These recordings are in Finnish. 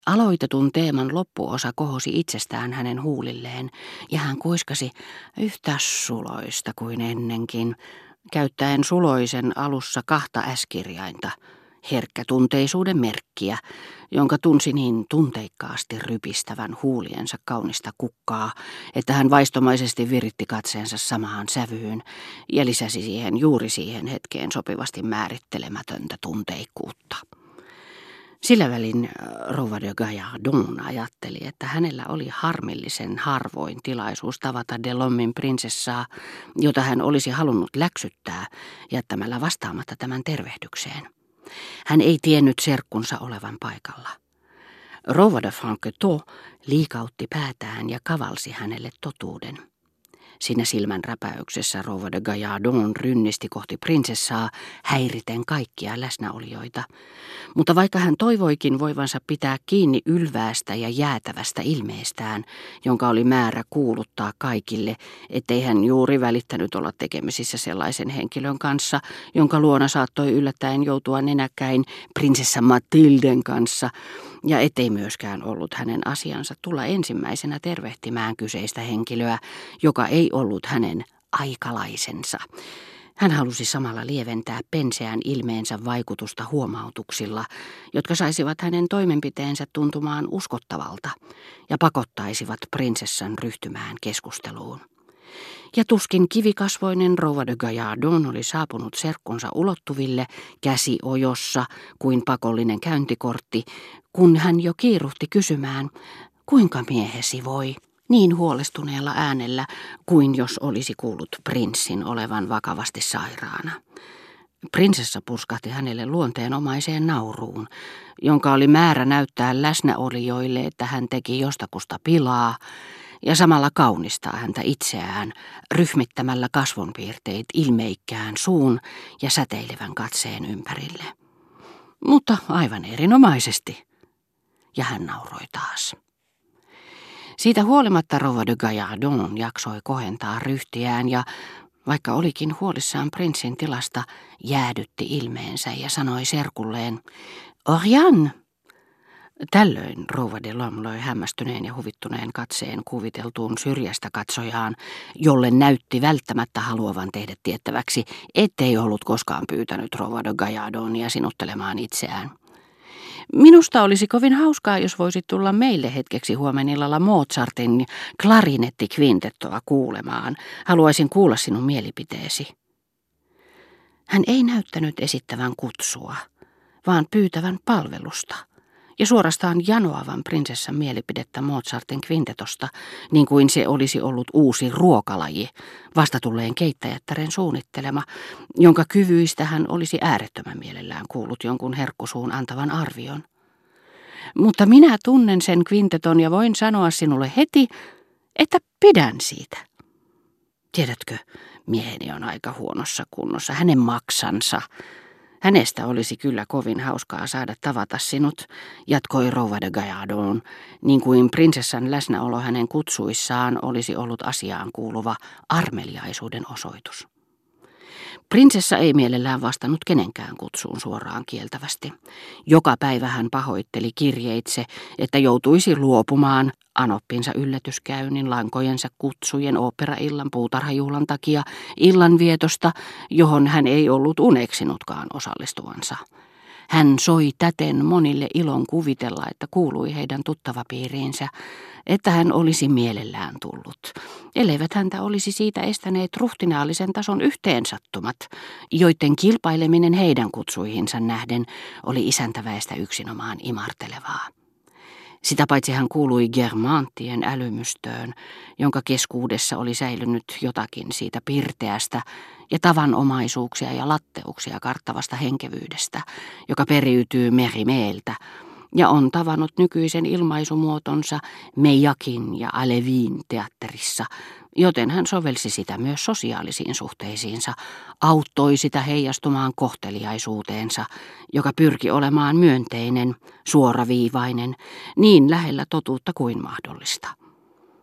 Aloitetun teeman loppuosa kohosi itsestään hänen huulilleen, ja hän kuiskasi yhtä suloista kuin ennenkin, käyttäen suloisen alussa kahta äskirjainta, herkkätunteisuuden merkkiä, jonka tunsi niin tunteikkaasti rypistävän huuliensa kaunista kukkaa, että hän vaistomaisesti viritti katseensa samaan sävyyn ja lisäsi siihen juuri siihen hetkeen sopivasti määrittelemätöntä tunteikkuutta. Sillä välin rouva de Gallardon ajatteli, että hänellä oli harmillisen harvoin tilaisuus tavata de Lommin prinsessaa, jota hän olisi halunnut läksyttää jättämällä vastaamatta tämän tervehdykseen. Hän ei tiennyt serkkunsa olevan paikalla. Rouva de Franquetot liikautti päätään ja kavalsi hänelle totuuden. Siinä silmän räpäyksessä rouva de Gallardon rynnisti kohti prinsessaa häiriten kaikkia läsnäolijoita. Mutta vaikka hän toivoikin voivansa pitää kiinni ylväästä ja jäätävästä ilmeestään, jonka oli määrä kuuluttaa kaikille, ettei hän juuri välittänyt olla tekemisissä sellaisen henkilön kanssa, jonka luona saattoi yllättäen joutua nenäkkäin prinsessa Mathilden kanssa, ja ettei myöskään ollut hänen asiansa tulla ensimmäisenä tervehtimään kyseistä henkilöä, joka ei ollut hänen aikalaisensa. Hän halusi samalla lieventää penseän ilmeensä vaikutusta huomautuksilla, jotka saisivat hänen toimenpiteensä tuntumaan uskottavalta ja pakottaisivat prinsessan ryhtymään keskusteluun. Ja tuskin kivikasvoinen rouva de Gallardon oli saapunut serkkunsa ulottuville käsi ojossa kuin pakollinen käyntikortti, kun hän jo kiiruhti kysymään, kuinka miehesi voi, niin huolestuneella äänellä kuin jos olisi kuullut prinssin olevan vakavasti sairaana. Prinsessa purskahti hänelle luonteenomaiseen nauruun, jonka oli määrä näyttää läsnäolijoille, että hän teki jostakusta pilaa, ja samalla kaunistaa häntä itseään ryhmittämällä kasvonpiirteet ilmeikkään suun ja säteilevän katseen ympärille. Mutta aivan erinomaisesti. Ja hän nauroi taas. Siitä huolimatta rouva de Gallardon jaksoi kohentaa ryhtiään ja, vaikka olikin huolissaan prinssin tilasta, jäädytti ilmeensä ja sanoi serkulleen, Oriane! Tällöin rouva de Lom loi hämmästyneen ja huvittuneen katseen kuviteltuun syrjästä katsojaan, jolle näytti välttämättä haluavan tehdä tiettäväksi, ettei ollut koskaan pyytänyt rouva de Gallardonia sinuttelemaan itseään. Minusta olisi kovin hauskaa, jos voisit tulla meille hetkeksi huomenillalla Mozartin klarinettikvintettoa kuulemaan. Haluaisin kuulla sinun mielipiteesi. Hän ei näyttänyt esittävän kutsua, vaan pyytävän palvelusta. Ja suorastaan janoavan prinsessan mielipidettä Mozartin kvintetosta, niin kuin se olisi ollut uusi ruokalaji, vastatulleen keittäjättären suunnittelema, jonka kyvyistä hän olisi äärettömän mielellään kuullut jonkun herkkusuun antavan arvion. Mutta minä tunnen sen kvinteton ja voin sanoa sinulle heti, että pidän siitä. Tiedätkö, mieheni on aika huonossa kunnossa, hänen maksansa. Hänestä olisi kyllä kovin hauskaa saada tavata sinut, jatkoi rouva de Gallardon, niin kuin prinsessan läsnäolo hänen kutsuissaan olisi ollut asiaan kuuluva armeliaisuuden osoitus. Prinsessa ei mielellään vastannut kenenkään kutsuun suoraan kieltävästi. Joka päivä hän pahoitteli kirjeitse, että joutuisi luopumaan anoppinsa yllätyskäynnin, lankojensa kutsujen, oopperaillan, puutarhajuhlan takia illanvietosta, johon hän ei ollut uneksinutkaan osallistuvansa. Hän soi täten monille ilon kuvitella, että kuului heidän tuttavapiiriinsä, että hän olisi mielellään tullut, elleivät häntä olisi siitä estäneet ruhtinaallisen tason yhteensattumat, joiden kilpaileminen heidän kutsuihinsa nähden oli isäntäväestä yksinomaan imartelevaa. Sitä paitsi hän kuului Guermanttien älymystöön, jonka keskuudessa oli säilynyt jotakin siitä pirteästä ja tavanomaisuuksia ja latteuksia karttavasta henkevyydestä, joka periytyy Merimeeltä ja on tavannut nykyisen ilmaisumuotonsa Meillakin ja Alevin teatterissa, joten hän sovelsi sitä myös sosiaalisiin suhteisiinsa, auttoi sitä heijastumaan kohteliaisuuteensa, joka pyrki olemaan myönteinen, suoraviivainen, niin lähellä totuutta kuin mahdollista.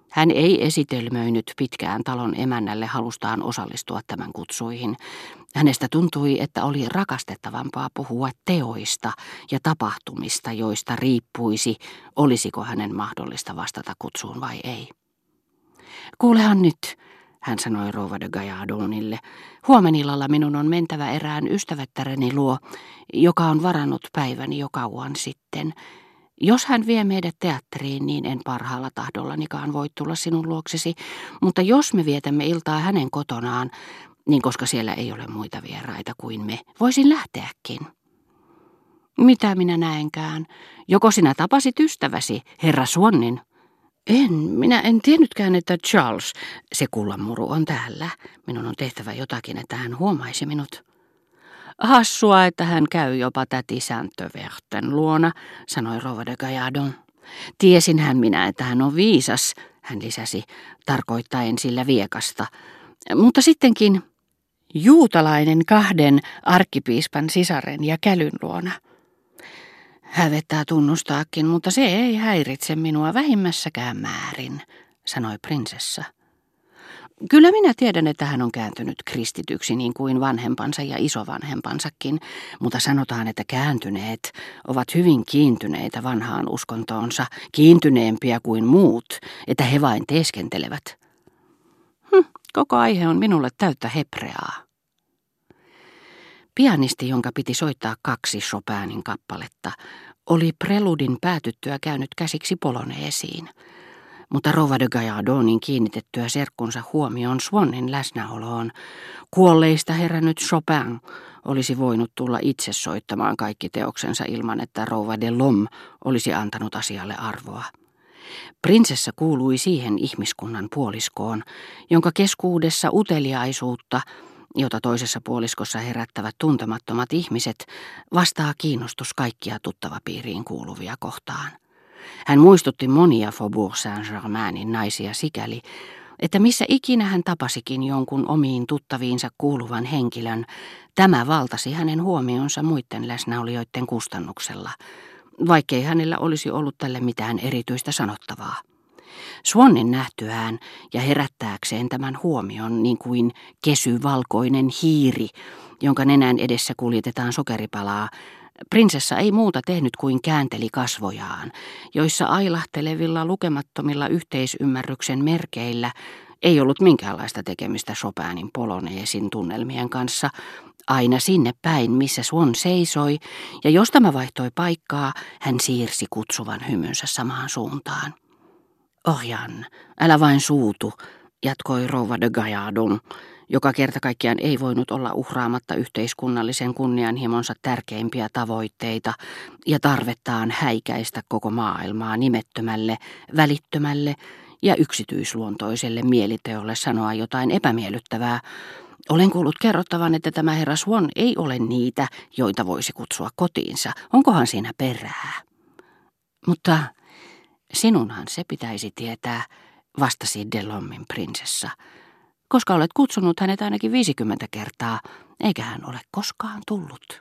Hän ei esitelmöinyt pitkään talon emännälle halustaan osallistua tämän kutsuihin. Hänestä tuntui, että oli rakastettavampaa puhua teoista ja tapahtumista, joista riippuisi, olisiko hänen mahdollista vastata kutsuun vai ei. Kuulehan nyt, hän sanoi rouva de Gallardonille. Huomenillalla minun on mentävä erään ystävättäreni luo, joka on varannut päiväni jo kauan sitten. Jos hän vie meidät teatteriin, niin en parhaalla tahdollanikaan voi tulla sinun luoksesi, mutta jos me vietämme iltaa hänen kotonaan, niin koska siellä ei ole muita vieraita kuin me, voisin lähteäkin. Mitä minä näenkään? Joko sinä tapasit ystäväsi, herra Swannin? Minä en tiennytkään, että Charles, se kullanmuru, on täällä. Minun on tehtävä jotakin, että hän huomaisi minut. Hassua, että hän käy jopa täti Saint-Verten luona, sanoi rouva de Gallardon. Tiesinhän minä, että hän on viisas, hän lisäsi, tarkoittaen sillä viekasta. Mutta sittenkin juutalainen 2 arkkipiispan sisaren ja kälyn luona. Hävettää tunnustaakin, mutta se ei häiritse minua vähimmässäkään määrin, sanoi prinsessa. Kyllä minä tiedän, että hän on kääntynyt kristityksi niin kuin vanhempansa ja isovanhempansakin, mutta sanotaan, että kääntyneet ovat hyvin kiintyneitä vanhaan uskontoonsa, kiintyneempiä kuin muut, että he vain teeskentelevät. Koko aihe on minulle täyttä hepreaa. Pianisti, jonka piti soittaa 2 Chopinin kappaletta, oli preludin päätyttyä käynyt käsiksi poloneesiin. Mutta rouva de Gallardonin kiinnitettyä serkkunsa huomioon Swannin läsnäoloon, kuolleista herännyt Chopin olisi voinut tulla itse soittamaan kaikki teoksensa ilman, että rouva de Lhomme olisi antanut asialle arvoa. Prinsessa kuului siihen ihmiskunnan puoliskoon, jonka keskuudessa uteliaisuutta, jota toisessa puoliskossa herättävät tuntemattomat ihmiset, vastaa kiinnostus kaikkia tuttavapiiriin kuuluvia kohtaan. Hän muistutti monia Faubourg Saint-Germainin naisia sikäli, että missä ikinä hän tapasikin jonkun omiin tuttaviinsa kuuluvan henkilön, tämä valtasi hänen huomionsa muiden läsnäolijoiden kustannuksella, vaikkei hänellä olisi ollut tälle mitään erityistä sanottavaa. Swannin nähtyään ja herättääkseen tämän huomion niin kuin kesyvalkoinen hiiri, jonka nenän edessä kuljetetaan sokeripalaa, prinsessa ei muuta tehnyt kuin käänteli kasvojaan, joissa ailahtelevilla lukemattomilla yhteisymmärryksen merkeillä ei ollut minkäänlaista tekemistä Chopinin poloneesin tunnelmien kanssa, aina sinne päin, missä Swan seisoi, ja jos tämä vaihtoi paikkaa, hän siirsi kutsuvan hymynsä samaan suuntaan. Orjan, älä vain suutu, jatkoi rouva de Gallardon, joka kerta kaikkiaan ei voinut olla uhraamatta yhteiskunnallisen kunnianhimonsa tärkeimpiä tavoitteita ja tarvettaan häikäistä koko maailmaa nimettömälle, välittömälle ja yksityisluontoiselle mieliteolle sanoa jotain epämiellyttävää. Olen kuullut kerrottavan, että tämä herra Swan ei ole niitä, joita voisi kutsua kotiinsa. Onkohan siinä perää? Mutta sinunhan se pitäisi tietää, vastasi de Lhommen prinsessa, koska olet kutsunut hänet ainakin 50 kertaa, eikä hän ole koskaan tullut.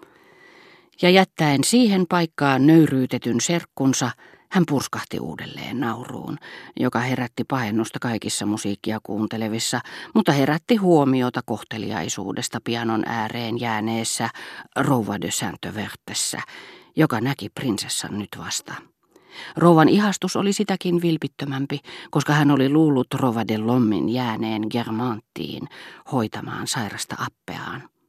Ja jättäen siihen paikkaan nöyryytetyn serkkunsa, hän purskahti uudelleen nauruun, joka herätti pahennusta kaikissa musiikkia kuuntelevissa, mutta herätti huomiota kohteliaisuudesta pianon ääreen jääneessä rouva de Saint-Vertessä, joka näki prinsessan nyt vasta. Rouvan ihastus oli sitäkin vilpittömämpi, koska hän oli luullut rouva de Lhommen jääneen Guermantiin hoitamaan sairasta appeaan.